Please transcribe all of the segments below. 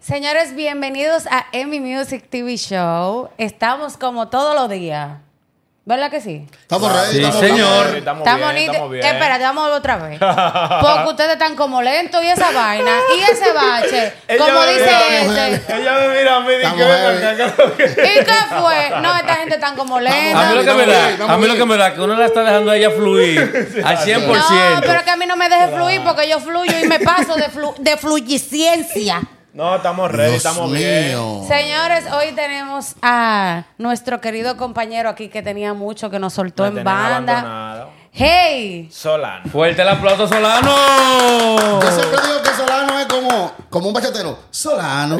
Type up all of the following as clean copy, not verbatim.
Señores, bienvenidos a Emmy Music TV Show. Estamos como todos los días. ¿Verdad que sí? Estamos ready. Sí, estamos señor. ready. Estamos bien. Espérate, vamos otra vez. Porque ustedes están como lentos y esa vaina. Y ese bache. Como dice este. Ella me mira a mí y ¿Y qué fue? No, esta gente están como lenta. A mí lo que me da, que uno la está dejando a ella fluir al 100%. No, pero que a mí no me deje fluir porque yo fluyo y me paso de fluyicencia. No, estamos ready, Dios estamos mío. bien. Señores, hoy tenemos a nuestro querido compañero aquí que tenía mucho que nos soltó en banda. Abandonado. ¡Hey! Solano. Fuerte el aplauso, Solano. Yo siempre digo que Solano es como un bachatero. Solano.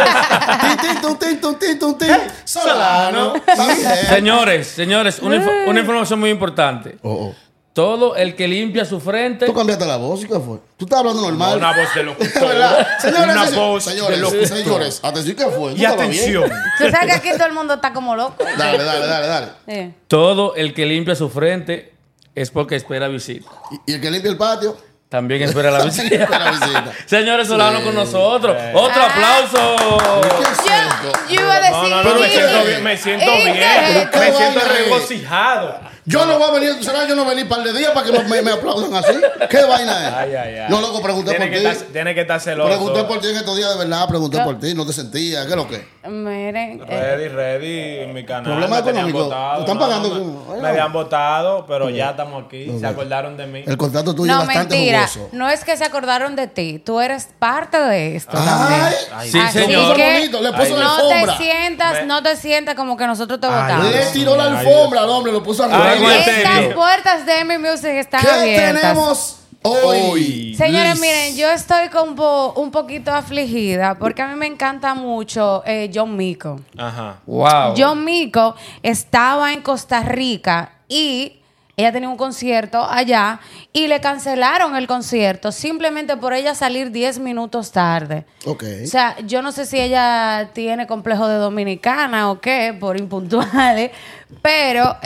Tin. Solano. Está bien. Señores, una información muy importante. Oh. Todo el que limpia su frente. Tú cambiaste la voz, ¿y qué fue? Tú estás hablando normal. Una voz de Es locutor. verdad. Señores, Una voz de señores, locutor. señores, atención, ¿qué fue? ¿Tú Y estabas bien? atención. Tú sabes que aquí todo el mundo está como loco. Dale. Todo el que limpia su frente es porque espera visita. Y el que limpia el patio. También espera la visita. Espera la visita. Señores, Solano con nosotros. Otro aplauso. ¿Qué es esto? Yo iba a decir... No, me siento bien, me siento ¿Y bien. qué? ¿Qué Me siento vaina es? regocijado. Yo no voy a venir, ¿será yo no venir un par de días para que me aplaudan así? ¿Qué vaina es? Ay. No, loco, pregunté por ti. Tiene que estar celoso. Pregunté por ti en estos días, de verdad, pregunté por ti, no te sentías, ¿qué es lo que? Miren... Ready en mi canal. ¿Problema Me tenían económico? votado, ¿Te están pagando? Me habían votado, pero ya estamos aquí. Se acordaron de mí. El contrato tuyo No, es bastante mentira. jugoso. No es que se acordaron de ti. Tú eres parte de esto también. Ay, Sí, Así señor. que bonito, le puso la no alfombra. no te sientas como que nosotros te votamos. Le tiró la alfombra al hombre, lo puso arriba. Ay, güey. Estas serio? puertas de Emmy Music están ¿Qué abiertas. tenemos hoy? Señores, Liz? miren, yo estoy un poquito afligida porque a mí me encanta mucho John Mico. Ajá. Wow. John Mico estaba en Costa Rica y ella tenía un concierto allá y le cancelaron el concierto simplemente por ella salir 10 minutos tarde. Ok. O sea, yo no sé si ella tiene complejo de dominicana o qué, por impuntuales, pero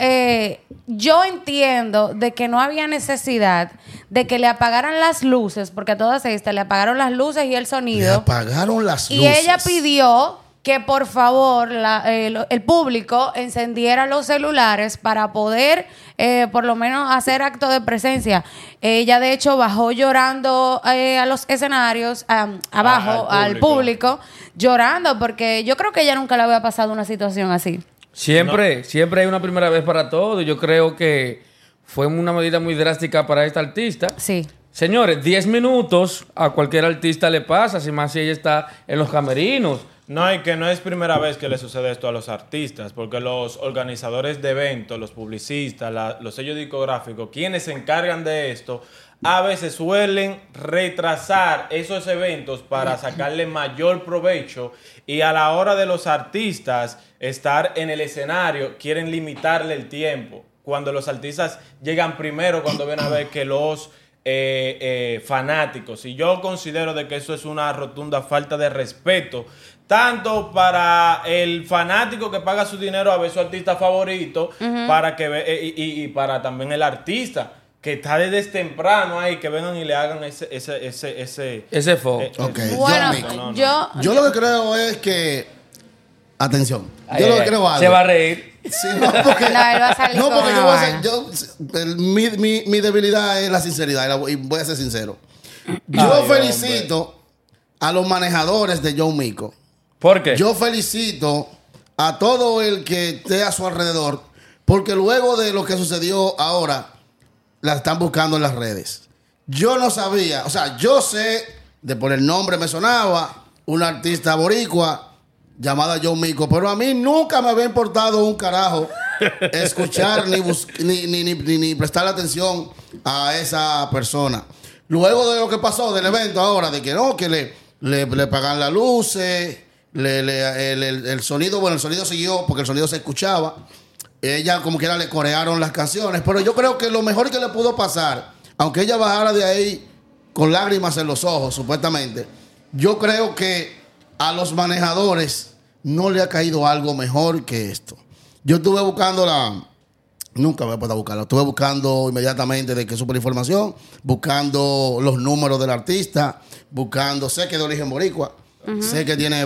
yo entiendo de que no había necesidad de que le apagaran las luces, porque a todas estas le apagaron las luces y el Le sonido. apagaron las Y luces. ella pidió que por favor el público encendiera los celulares para poder por lo menos hacer acto de presencia. Ella de hecho bajó llorando a los escenarios, abajo al público, llorando porque yo creo que ella nunca le había pasado una situación así. Siempre hay una primera vez para todo. Yo creo que fue una medida muy drástica para esta artista. Sí. Señores, 10 minutos a cualquier artista le pasa, si más si ella está en los camerinos. No, y que no es primera vez que le sucede esto a los artistas, porque los organizadores de eventos, los publicistas, los sellos discográficos, quienes se encargan de esto, a veces suelen retrasar esos eventos para sacarle mayor provecho y a la hora de los artistas estar en el escenario, quieren limitarle el tiempo. Cuando los artistas llegan primero, cuando ven a ver que los fanáticos, y yo considero de que eso es una rotunda falta de respeto tanto para el fanático que paga su dinero a ver su artista favorito, para que y para también el artista que está desde temprano ahí, que vengan y le hagan Ese fue. Ok, Bueno, John Mico. Yo lo que creo es que... Atención. Yo lo que creo es algo. Se va a reír. Sí, no, porque, No, él va a salir no, con porque una yo voy a vaina. ser, mi debilidad es la sinceridad, y voy a ser sincero. Yo felicito a los manejadores de John Mico. ¿Por qué? Yo felicito a todo el que esté a su alrededor, porque luego de lo que sucedió ahora, la están buscando en las redes. Yo no sabía, o sea, yo sé, de por el nombre me sonaba, una artista boricua llamada John Mico, pero a mí nunca me había importado un carajo escuchar ni prestar atención a esa persona. Luego de lo que pasó del evento ahora, de que no, que le pagan las luces, el sonido, bueno, el sonido siguió porque el sonido se escuchaba. Ella como quiera le corearon las canciones, pero yo creo que lo mejor que le pudo pasar, aunque ella bajara de ahí con lágrimas en los ojos, supuestamente, yo creo que a los manejadores no le ha caído algo mejor que esto. Yo estuve buscando nunca me he puesto a buscarlo. Estuve buscando inmediatamente de que supe la información, buscando los números del artista, buscando, sé que es de origen boricua, Sé que tiene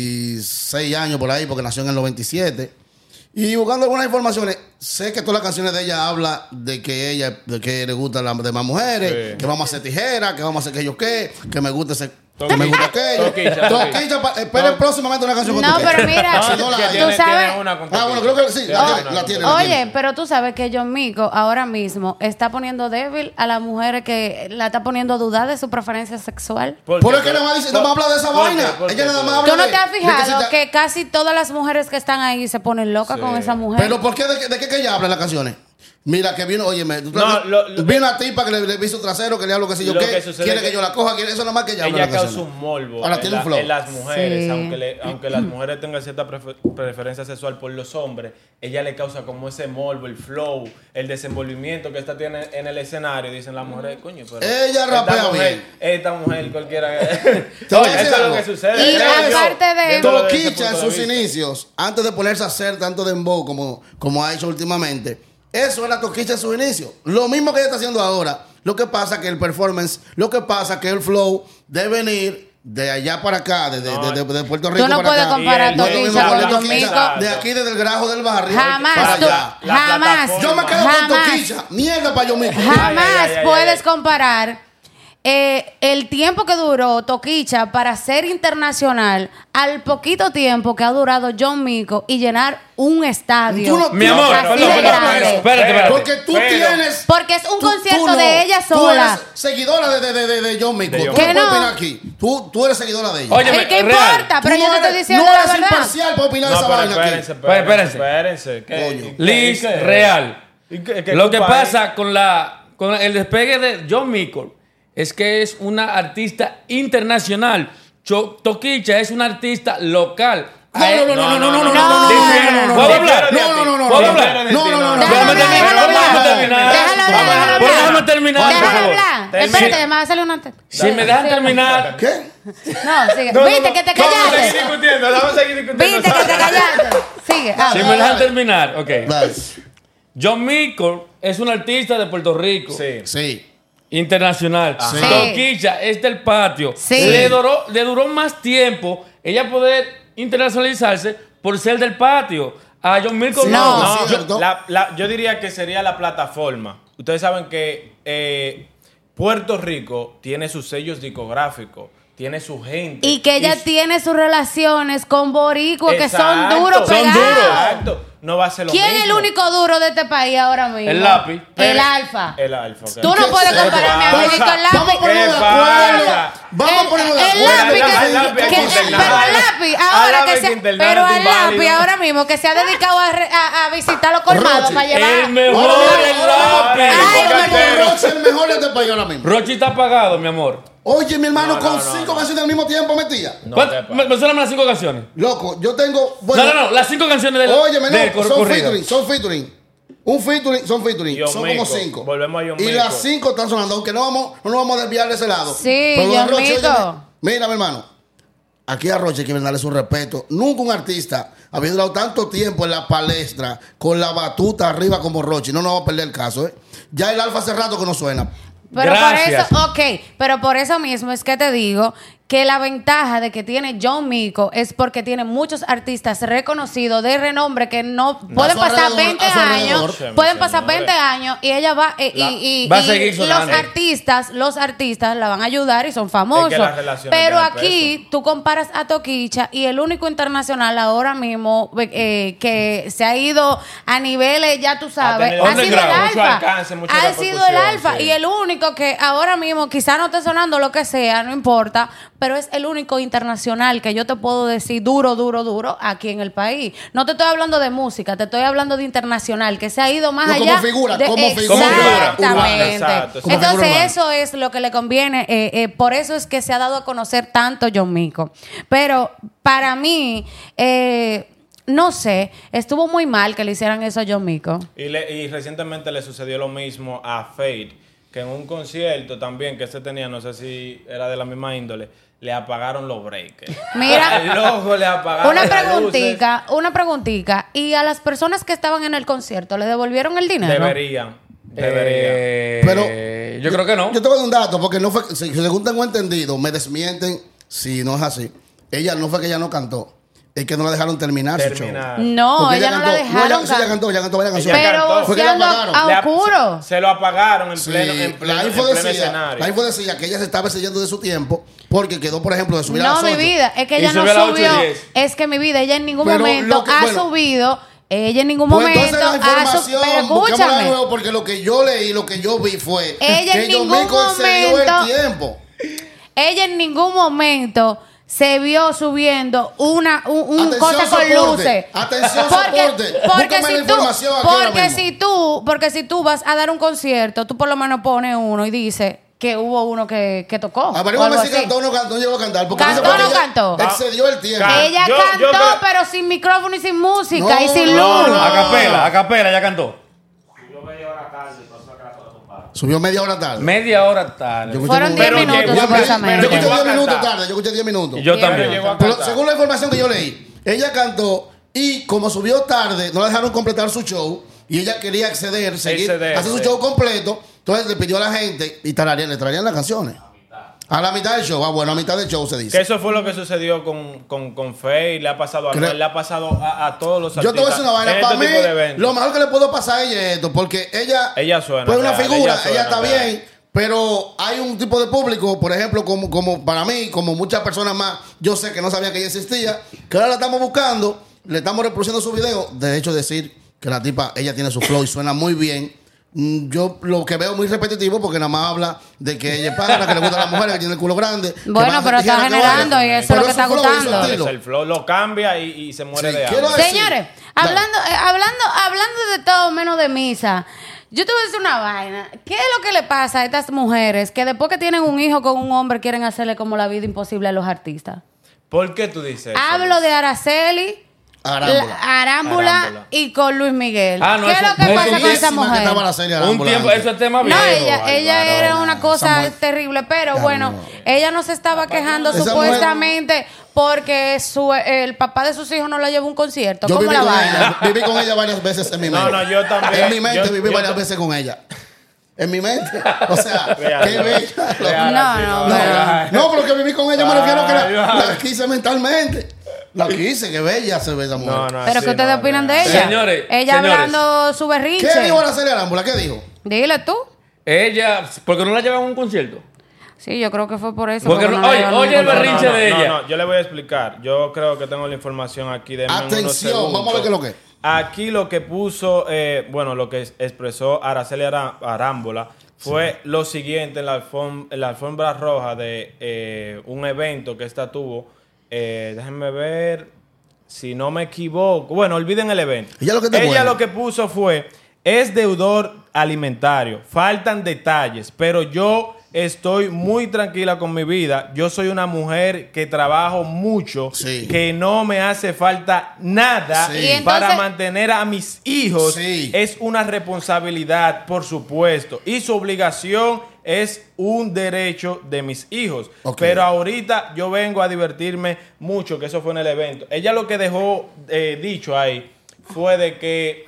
26 años por ahí porque nació en el 97. Y buscando algunas informaciones, sé que todas las canciones de ella hablan de que le gustan las demás mujeres, que vamos a hacer tijeras, que vamos a hacer que yo qué, que me gusta ese... Que me gusta aquello. Toquicha, esperen próximamente una canción con No, Toquicha. pero mira, Si no la hay. tú sabes. Bueno, creo que sí, la tiene. Oye, pero tú sabes que John Mico ahora mismo está poniendo débil a las mujeres, que la está poniendo a dudar de su preferencia sexual. Por eso que nada más habla de esa vaina. Ella nada más habla ¿Tú no de... te has fijado de que casi todas las mujeres que están ahí se ponen locas con esa mujer? Pero ¿por qué? ¿De qué que ella habla en las canciones? Mira, que vino, óyeme, vino una tipa que le vi su trasero, que le hablo que sé yo qué, quiere que yo la coja, quiere eso nada más que ella habla. Ella causa un morbo en las mujeres, aunque las mujeres tengan cierta preferencia sexual por los hombres, ella le causa como ese morbo, el flow, el desenvolvimiento que esta tiene en el escenario. Dicen las mujeres, coño, pero ella rapea bien. Esta mujer cualquiera. Oye, eso es lo que sucede. Y aparte de Toquicha en sus inicios, antes de ponerse a hacer tanto dembow como ha hecho últimamente, eso era Toquicha en sus inicios. Lo mismo que ella está haciendo ahora. Lo que pasa que el performance, lo que pasa que el flow de venir de allá para acá, de Puerto Rico tú no para puedes acá. comparar Toquicha con John Mico. De aquí, desde el grajo del barrio. Jamás, para tú, allá. jamás. Yo me quedo con Toquicha. Mierda para John Mico. Jamás puedes comparar el tiempo que duró Toquicha para ser internacional al poquito tiempo que ha durado John Mico y llenar un estadio. Mi amor, así de grande. espérate. Porque tú tienes... Porque es un concierto no, de ella Tú sola. eres seguidora de John Mico. ¿Tú ¿Qué puedes no? opinar aquí? Tú eres seguidora de ella. Óyeme, ¿Qué real. importa? Pero Tú yo no te estoy eres- diciendo no la eres verdad. imparcial para opinar esa vaina aquí. Espérense. Coño. Liz, real. Lo que pasa con el despegue de John Mico es que es una artista internacional. Toquicha es una artista local. No. ¿Puedo hablar? No. ¿Puedo hablar? No. Déjame terminar. Déjalo hablar. Espérate, me va a salir una... Si me dejan terminar. ¿Qué? No, sigue. ¿Viste que te callaste? Vamos a seguir discutiendo. ¿Viste que te callaste? Sigue. Si me dejan terminar, ok. Dale. John Mico es un artista de Puerto Rico. Sí. Internacional. Sí. Toquicha es del patio. Sí. Le duró más tiempo ella poder internacionalizarse por ser del patio. A John Mico Sí, no. es cierto. Yo diría que sería la plataforma. Ustedes saben que Puerto Rico tiene sus sellos discográficos, tiene su gente. Y que ella tiene sus relaciones con boricuas que son Exacto. duros Son pegados. duros. Exacto. No va a ser lo mismo. ¿Quién es el único duro de este país ahora mismo? El lápiz. El alfa. El alfa. ok. Tú no puedes comparar a mi amiguito el lápiz. Vamos a ponernos de pasa? acuerdo. Vamos a ponernos de El acuerdo. lápiz, pero al lápiz, ahora que se, pero al lápiz ahora mismo que se ha dedicado a visitar los colmados Rochi, para llevar. El mejor Ay, el lápiz. Rochi es el mejor de este país ahora mismo. Rochi está apagado, mi amor. Oye, mi hermano, con 5 canciones al mismo tiempo metía. Mencióname las 5 canciones. Loco, yo tengo... Bueno, No, las 5 canciones de óyeme, de no, son corrido. featuring, son featuring. Un featuring, son featuring. John Son Mico. como 5. Volvemos a John Y Mico. las 5 están sonando, aunque no nos vamos a desviar de ese lado. Sí, Pero John Rochi, Mico. óyeme, mira, mi hermano. Aquí a Roche hay que darle su respeto. Nunca un artista había durado tanto tiempo en la palestra con la batuta arriba como Roche. No nos vamos a perder el caso, ¿eh? Ya el alfa hace rato que no suena. Pero Gracias. por eso, pero por eso mismo es que te digo que la ventaja de que tiene John Mico es porque tiene muchos artistas reconocidos de renombre que no pueden su pasar alrededor, 20 a su años, alrededor. pueden pasar 20 años y ella va Va a seguir sonando. los artistas la van a ayudar y son famosos. Es que las relaciones Pero tienen aquí tú comparas a Toquicha y el único internacional ahora mismo que se ha ido a niveles, ya tú sabes, tenido ha sido el underground, mucho alfa. alcance, mucha Ha sido el repercusión, alfa sí. y el único que ahora mismo quizá no esté sonando lo que sea, no importa, pero es el único internacional que yo te puedo decir duro aquí en el país. No te estoy hablando de música, te estoy hablando de internacional, que se ha ido más No, como allá. figura, de- como figura Exactamente. Exacto, como Entonces figura urbana. eso es lo que le conviene. Por eso es que se ha dado a conocer tanto John Mico. Pero para mí... no sé, estuvo muy mal que le hicieran eso a John Mico. Y recientemente le sucedió lo mismo a Fade, que en un concierto también que tenía, no sé si era de la misma índole, le apagaron los breakers. Mira, Al loco le apagaron una las luces. preguntita. ¿Y a las personas que estaban en el concierto le devolvieron el dinero? Deberían. Pero Yo creo que no. Yo te voy a dar un dato, porque no fue, según tengo entendido, me desmienten si no es así. ella no fue que ella no cantó. Es que no la dejaron terminar su show. No, Porque ella no la dejaron. No, ella cantó varias canciones. Pero fue que la apagaron. a oscuro. Se lo apagaron en Sí, pleno la info decía escenario. que ella se estaba excediendo de su tiempo porque quedó, por ejemplo, de subir a No, las 8. mi vida, es que Y ella no subió a las 8 y subió. 10. Es que mi vida, ella en ningún Pero momento lo que- ha bueno. subido. Ella en ningún Pues momento entonces la ha información, Pero buscámosla de escúchame. nuevo, porque lo que yo leí, lo que yo vi fue Ella en que John ningún Mico excedió el momento- tiempo. Ella en ningún momento se vio subiendo un Atención, cosa con soporte. luces. Atención, soporte. Búscame la información aquí ahora mismo. Porque si tú vas a dar un concierto, tú por lo menos pones uno y dices que hubo uno que tocó. o Averígame algo si así. cantó o no cantó, no llegó a cantar. Porque ¿Cantó dice o no que ella cantó? excedió el tiempo. Ella Yo cantó, creo- pero sin micrófono y sin música No, y sin no, luz. no. A capela, ya cantó. Subió media hora tarde. Media hora tarde. Yo escuché Fueron como- 10 Pero minutos, llegó- Yo supuestamente. escuché llegó a 10 minutos cantar. tarde. Yo escuché 10 minutos. Y yo Bien. también. Llegó a Pero cantar. según la información que yo leí, ella cantó y como subió tarde, no la dejaron completar su show y ella quería acceder, seguir, Exceder, hacer su sí. show completo. Entonces le pidió a la gente y le traerían las canciones. A la mitad del show. Bueno, a mitad del show se dice. Que eso fue lo que sucedió con Faye, le ha pasado a Creo- Noel, le ha pasado a todos los Yo te voy a decir una vaina. en Para este mí, tipo de eventos. lo mejor que le puedo pasar a ella es esto, porque Ella suena fue una real, figura, ella suena ella está real. bien, pero hay un tipo de público, por ejemplo, como para mí, como muchas personas más, yo sé que no sabían que ella existía, que ahora la estamos buscando, le estamos reproduciendo su video. De hecho, decir que la tipa, ella tiene su flow y suena muy bien. Yo lo que veo muy repetitivo porque nada más habla de que ella es pana, que le gustan las mujeres, que tiene el culo grande. que Bueno, van a pero hacer está tijeras que generando bailan. y eso es lo Pero que está su flow y su gustando. estilo. El flow lo cambia y se muere Sí, de quiero hambre. decir- Señores, Dale. hablando de todo menos de misa, yo te voy a decir una vaina. ¿Qué es lo que le pasa a estas mujeres que después que tienen un hijo con un hombre quieren hacerle como la vida imposible a los artistas? ¿Por qué tú dices eso? Hablo de Araceli, Arámbula y con Luis Miguel. Ah, no, ¿Qué es eso- lo que no, pasa con bellísima esa Que mujer? estaba la serie Un Arámbula tiempo, antes. eso es tema No, viejo. ella era una cosa mujer- terrible, pero Ya, bueno, no. ella no se estaba quejando Esa supuestamente porque el papá de sus hijos no la llevó a un concierto. Yo ¿Cómo viví la con vaina? ella. Viví con ella varias veces en mi mente. No, yo también. En mi mente Yo- viví yo varias ta- veces con ella. En mi mente. O sea, Real. qué bella. Real, No, así, no, No, no, pero que viví con ella me refiero que Ay, la quise mentalmente. La quise, que bella se ve esa mujer. No, no, ¿Pero así qué ustedes no, opinan de real. ella? Señores, Ella señores. hablando su berrinche. ¿Qué dijo la serie Arámbula? ¿Qué dijo? Dile tú. Ella, ¿por qué no la llevan a un concierto? Sí, yo creo que fue por eso. Porque porque no- la oye, llevaron oye, a el un berrinche concierto. de ella. No, yo le voy a explicar. Yo creo que tengo la información aquí. Denme unos Atención, segundos. vamos a ver qué es lo que es. Aquí lo que puso, lo que expresó Araceli Arámbula fue lo siguiente en la alfombra roja de un evento que esta tuvo. Déjenme ver. Si no me equivoco. Bueno, olviden el evento. Ella lo que te Ella pone. lo que puso fue: es deudor alimentario. Faltan detalles, pero yo estoy muy tranquila con mi vida. Yo soy una mujer que trabajo mucho, Sí. que no me hace falta nada Sí. Y entonces- para mantener a mis hijos. Sí. Es una responsabilidad, por supuesto, y su obligación es un derecho de mis hijos. Ok. Pero ahorita yo vengo a divertirme mucho, que eso fue en el evento. Ella lo que dejó dicho ahí fue de que...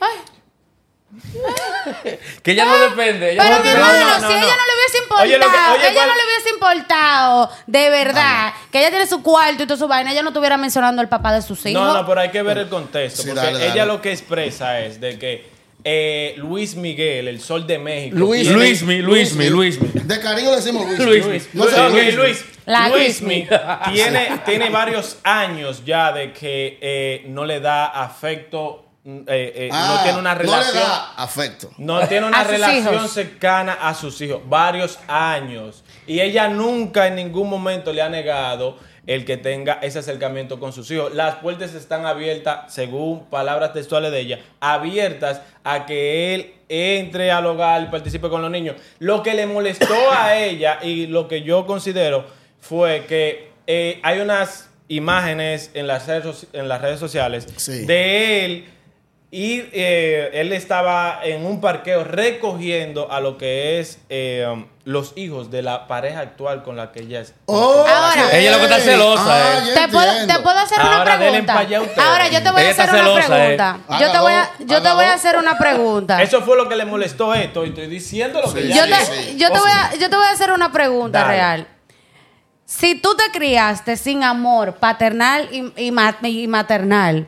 Que ella no depende. Ella Pero no mi depende. hermano, no, si no. ella no le hubiese importado, Oye, ella ¿cuál? no le hubiese importado, de verdad, que ella tiene su cuarto y toda su vaina, ella no estuviera mencionando al papá de sus hijos. No, pero hay que ver el contexto. Sí, porque dale, dale. ella lo que expresa es de que Luis Miguel, el Sol de México... Luis- tiene- Luismi. De cariño le decimos Luis. Luis. No sé, Ok, Luis. La Luismi tiene varios años ya de que no le da afecto, no tiene una relación. No le da afecto. No tiene una A sus relación hijos. cercana a sus hijos. Varios años. Y ella nunca en ningún momento le ha negado el que tenga ese acercamiento con sus hijos. Las puertas están abiertas, según palabras textuales de ella, abiertas a que él entre al hogar y participe con los niños. Lo que le molestó a ella y lo que yo considero fue que hay unas imágenes en las redes sociales Sí. de él. Y él estaba en un parqueo recogiendo a lo que es los hijos de la pareja actual con la que ella es. Oh, Ahora- Ella lo que está celosa, ya ¿Te puedo entiendo. hacer una Ahora denle pregunta? pa' allá ustedes. Ahora yo te voy a Ella está hacer una celosa, pregunta. Yo te voy a Hágalo. hacer una pregunta. Eso fue lo que le molestó esto. Y estoy diciendo lo que Sí, ella Yo dijo. te voy a hacer una pregunta Dale. real. Si tú te criaste sin amor paternal y maternal,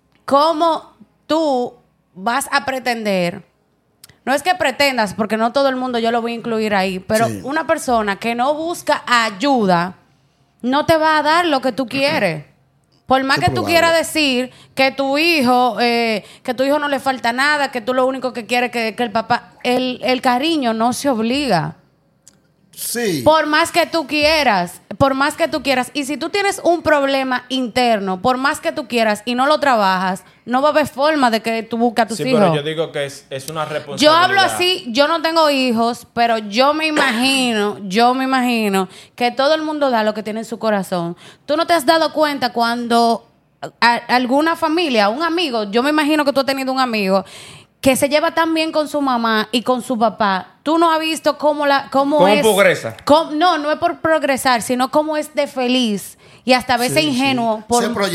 ¿cómo tú vas a pretender? No es que pretendas, porque no todo el mundo yo lo voy a incluir ahí, pero una persona que no busca ayuda no te va a dar lo que tú quieres. Por más que tú quieras decir que tu hijo no le falta nada, que tú lo único que quieres que el papá, el cariño no se obliga. Sí. Por más que tú quieras. Y si tú tienes un problema interno, por más que tú quieras y no lo trabajas, no va a haber forma de que tú busques a tus hijos. Pero yo digo que es una responsabilidad. Yo hablo así, yo no tengo hijos, pero yo me imagino que todo el mundo da lo que tiene en su corazón. Tú no te has dado cuenta cuando alguna familia, un amigo, yo me imagino que tú has tenido un amigo que se lleva tan bien con su mamá y con su papá. Tú no has visto cómo es... progresa? No es por progresar, sino cómo es de feliz y hasta a veces ingenuo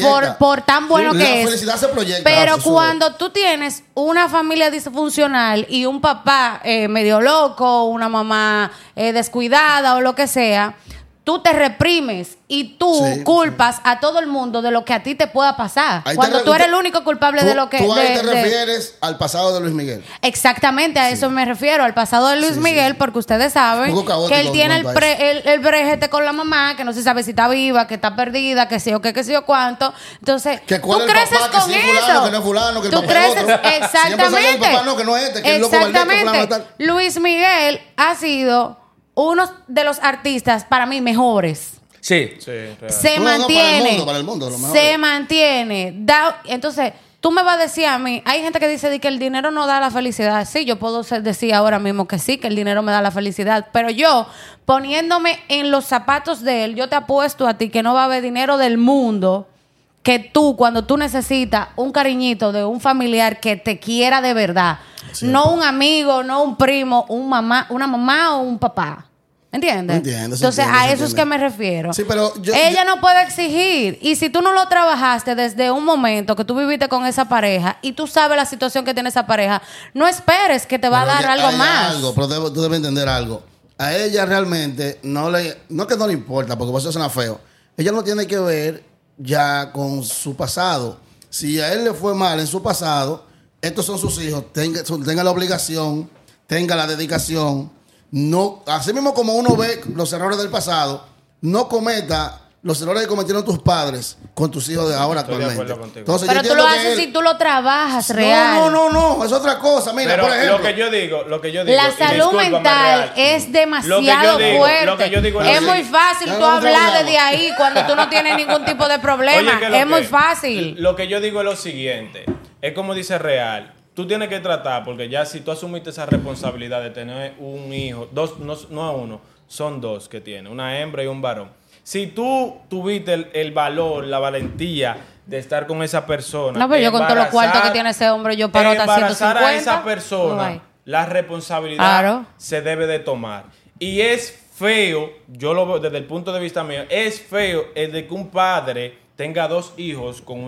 por tan bueno que es. La felicidad se proyecta. Pero cuando tú tienes una familia disfuncional y un papá medio loco, una mamá descuidada o lo que sea, tú te reprimes y tú culpas a todo el mundo de lo que a ti te pueda pasar. Cuando tú eres el único culpable de lo que... Tú ahí te refieres al pasado de Luis Miguel. Exactamente, a eso me refiero, al pasado de Luis Miguel, porque ustedes saben que él tiene el brejete con la mamá, que no se sabe si está viva, que está perdida, que sí o que sí o cuánto. Entonces, tú creces con eso. Que no es fulano, que el tú papá es otro. Exactamente. El papá no, que no es este, que el loco exactamente. Luis Miguel ha sido uno de los artistas para mí mejores. Sí. Se mantiene. Para el mundo, lo mejor. Se mantiene. Entonces, tú me vas a decir a mí, hay gente que dice que el dinero no da la felicidad. Sí, yo puedo decir ahora mismo que sí, que el dinero me da la felicidad. Pero yo, poniéndome en los zapatos de él, yo te apuesto a ti que no va a haber dinero del mundo que tú, cuando tú necesitas un cariñito de un familiar que te quiera de verdad. Sí. No un amigo, no un primo, una mamá o un papá. ¿Entiendes? Entonces, a eso es que me refiero. Sí, pero ella no puede exigir. Y si tú no lo trabajaste desde un momento que tú viviste con esa pareja y tú sabes la situación que tiene esa pareja, no esperes que te va a dar algo más. Pero tú debes entender algo. A ella realmente no es que no le importa, porque eso suena feo. Ella no tiene que ver ya con su pasado. Si a él le fue mal en su pasado, estos son sus hijos. Tenga la obligación, tenga la dedicación. No, así mismo como uno ve los errores del pasado, no cometa los errores que cometieron tus padres con tus hijos de ahora. Estoy actualmente. Entonces, pero tú lo haces si tú lo trabajas real. No, es otra cosa. Mira, pero por ejemplo, lo que yo digo, la salud mental es demasiado fuerte. Es muy fácil tú hablar desde ahí cuando tú no tienes ningún tipo de problema. Es muy fácil. Lo que yo digo es lo siguiente, es como dice Real. Tú tienes que tratar, porque ya si tú asumiste esa responsabilidad de tener un hijo, dos, no uno, son dos que tiene, una hembra y un varón. Si tú tuviste el valor, la valentía de estar con esa persona. No, pero yo con todos los cuartos que tiene ese hombre, yo paro hasta 150. A esa persona, la responsabilidad se debe de tomar. Y es feo, yo lo veo desde el punto de vista mío, es feo el de que un padre tenga dos hijos con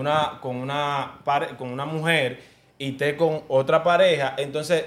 una mujer y esté con otra pareja, entonces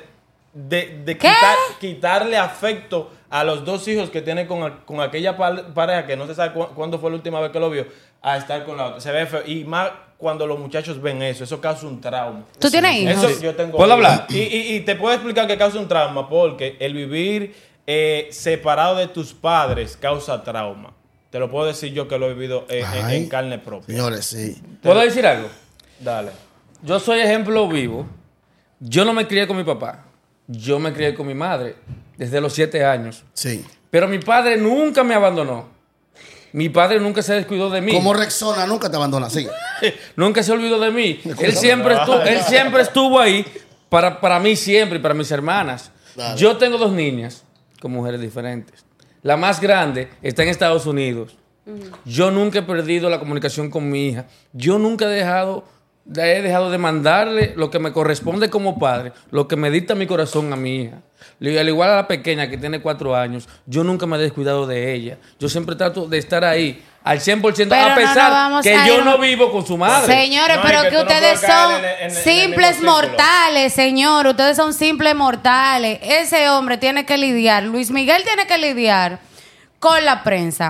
quitarle afecto a los dos hijos que tiene con aquella pareja que no se sabe cuándo fue la última vez que lo vio, a estar con la otra. Se ve feo. Y más cuando los muchachos ven eso causa un trauma. ¿Tú tienes hijos? Eso yo tengo. ¿Puedo hablar? Y te puedo explicar que causa un trauma, porque el vivir separado de tus padres causa trauma. Te lo puedo decir yo que lo he vivido en carne propia. Señores, sí. ¿Puedo decir algo? Dale. Yo soy ejemplo vivo. Yo no me crié con mi papá. Yo me crié con mi madre desde los 7 años. Sí. Pero mi padre nunca me abandonó. Mi padre nunca se descuidó de mí. Como Rexona nunca te abandona, sí. Nunca se olvidó de mí. Él siempre estuvo ahí para mí siempre y para mis hermanas. Dale. Yo tengo 2 niñas con mujeres diferentes. La más grande está en Estados Unidos. Yo nunca he perdido la comunicación con mi hija. Yo nunca he dejado de mandarle lo que me corresponde como padre, lo que me dicta mi corazón a mi hija. Al igual a la pequeña que tiene 4 años, yo nunca me he descuidado de ella. Yo siempre trato de estar ahí al 100%, pero a pesar que yo no vivo con su madre. Señores, pero que ustedes son simples mortales, señor. Ustedes son simples mortales. Ese hombre tiene que lidiar, Luis Miguel tiene que lidiar con la prensa,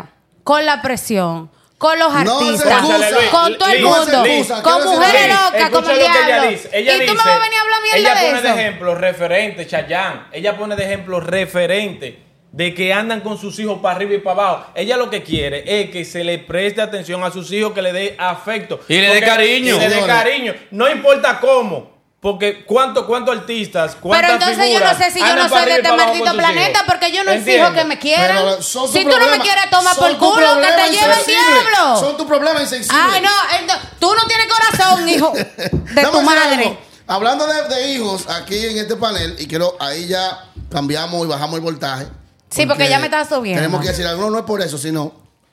con la presión, con los No se artistas, excusa. con todo el No se mundo, excusa. con Quiero mujeres decir- locas, como el Escucha lo que diablo. ella dice. Ella y tú dice, me vas a venir a hablar mierda ella de pone eso. de ejemplo referente, Chayanne. Ella pone de ejemplo referente de que andan con sus hijos para arriba y para abajo. Ella lo que quiere es que se le preste atención a sus hijos, que le dé afecto. Y le dé cariño. Y le dé Señores. cariño. No importa cómo. Porque cuántos artistas, cuántas Pero entonces yo no figuras sé si yo andan no para soy de arriba y este para abajo maldito con sus planeta hijos. porque yo no exijo ¿Entiendes? que me quieran. Pero son Si tu tú no me problema. quieres tomar Son por tu culo, que problema te lleve el insensible. diablo. Son tu problema insensible. Ay, no, tú no tienes corazón, hijo de Dame tu decir madre. algo. Hablando de hijos aquí en este panel, y quiero ahí ya cambiamos y bajamos el voltaje. Sí, porque ya me está subiendo. Tenemos que decir algo, no es por eso, sino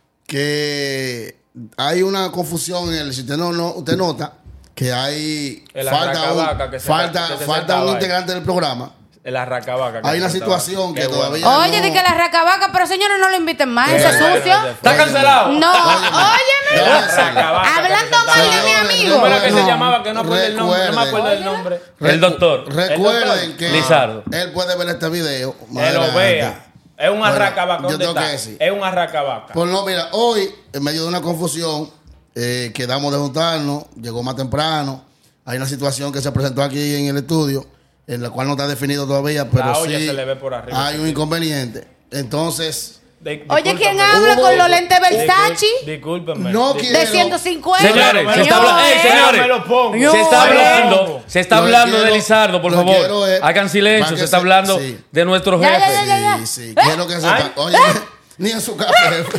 que hay una confusión en el. Si usted usted nota que hay El falta arracabaca que se falta sentaba un ahí. integrante del programa. El arracabaca. Hay una situación que todavía Oye, no- de que la racabaca, pero señores, no lo inviten más, eso es Bueno, sucio. ¿Está cancelado? No, óyeme. Déjame Hablando mal de mi amigo. ¿Cómo era que se No. llamaba? Que no acuerdo el nombre. No me acuerdo el nombre. El doctor. Recuerden que Lizardo. él puede ver este video. más Que lo adelante. vea. Es un Bueno, arracabaca. yo ¿Dónde tengo que está? decir. Es un arracabaca. Pues no, mira, hoy, en medio de una confusión, quedamos de juntarnos, llegó más temprano. Hay una situación que se presentó aquí en el estudio, en la cual no está definido todavía, pero La olla sí se le ve por arriba. hay un inconveniente. Entonces, Oye, ¿quién Discúlpame. habla Hubo- con los lentes Versace? Discúlpeme. No De quiero- 150. Señores, se está Señores. hablando. ¡Ey, señores! Me lo pongo. Yo- Se está Yo- hablando, se está Lo hablando quiero- de Lizardo, por lo favor. quiero es- Hagan silencio, para que se está se- hablando sí. de nuestro Ya, jefe. ya. sí, sí, quiero que sepa. Ay. Oye, ni en su café.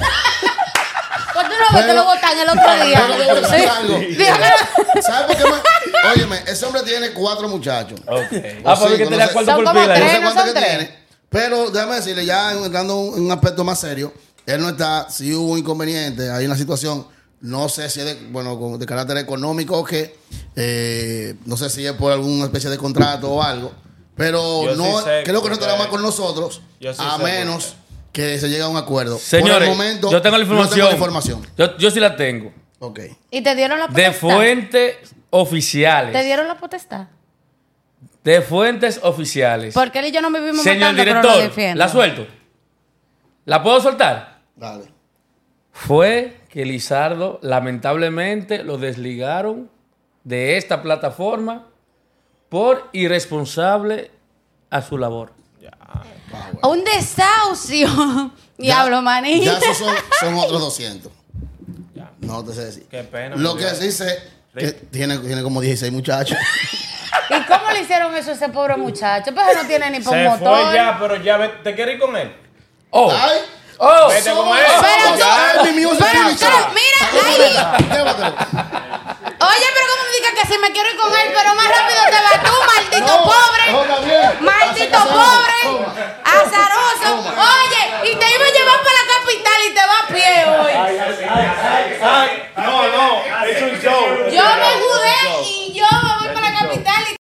Pues tú no ves que lo botan el otro día. Pero te voy a decir algo. Dígame. ¿Sabes por qué más? Óyeme, ese hombre tiene 4 muchachos. Ok. O Ah, pues cinco, que no tenía sé. cuarto Son por como pila. No tres. sé no cuánto son que tres. tiene. Pero déjame decirle, ya entrando en un aspecto más serio, él no está, si hubo inconveniente, hay una situación, no sé si es de carácter económico o que, no sé si es por alguna especie de contrato o algo, pero Yo no sí sé creo que no porque- estará más con nosotros, Yo sí a sé menos que se llegue a un acuerdo. Señores, por el momento, yo tengo la no tengo información. la información. Yo sí la tengo. Ok. ¿Y te dieron la De potestad? fuentes oficiales. ¿Te dieron la potestad? De fuentes oficiales. Porque él y yo no vivimos Señor matando, pero lo director, defiendo. ¿la suelto? ¿La puedo soltar? Dale. Fue que Lizardo, lamentablemente, lo desligaron de esta plataforma por irresponsable a su labor. Un desahucio. Diablo, maní. Ya esos son otros 200. No te sé decir. Qué pena. Lo que sí sé que tiene como 16 muchachos. ¿Y cómo le hicieron eso a ese pobre muchacho? Pues él no tiene ni por Se motor. fue ya, pero ya ¿te quieres ir con él? ¡Oh! ¡Ay! ¡Oh! Vete con él. Pero Ya, tú- mi music pero release. mira, ahí. Llévatelo.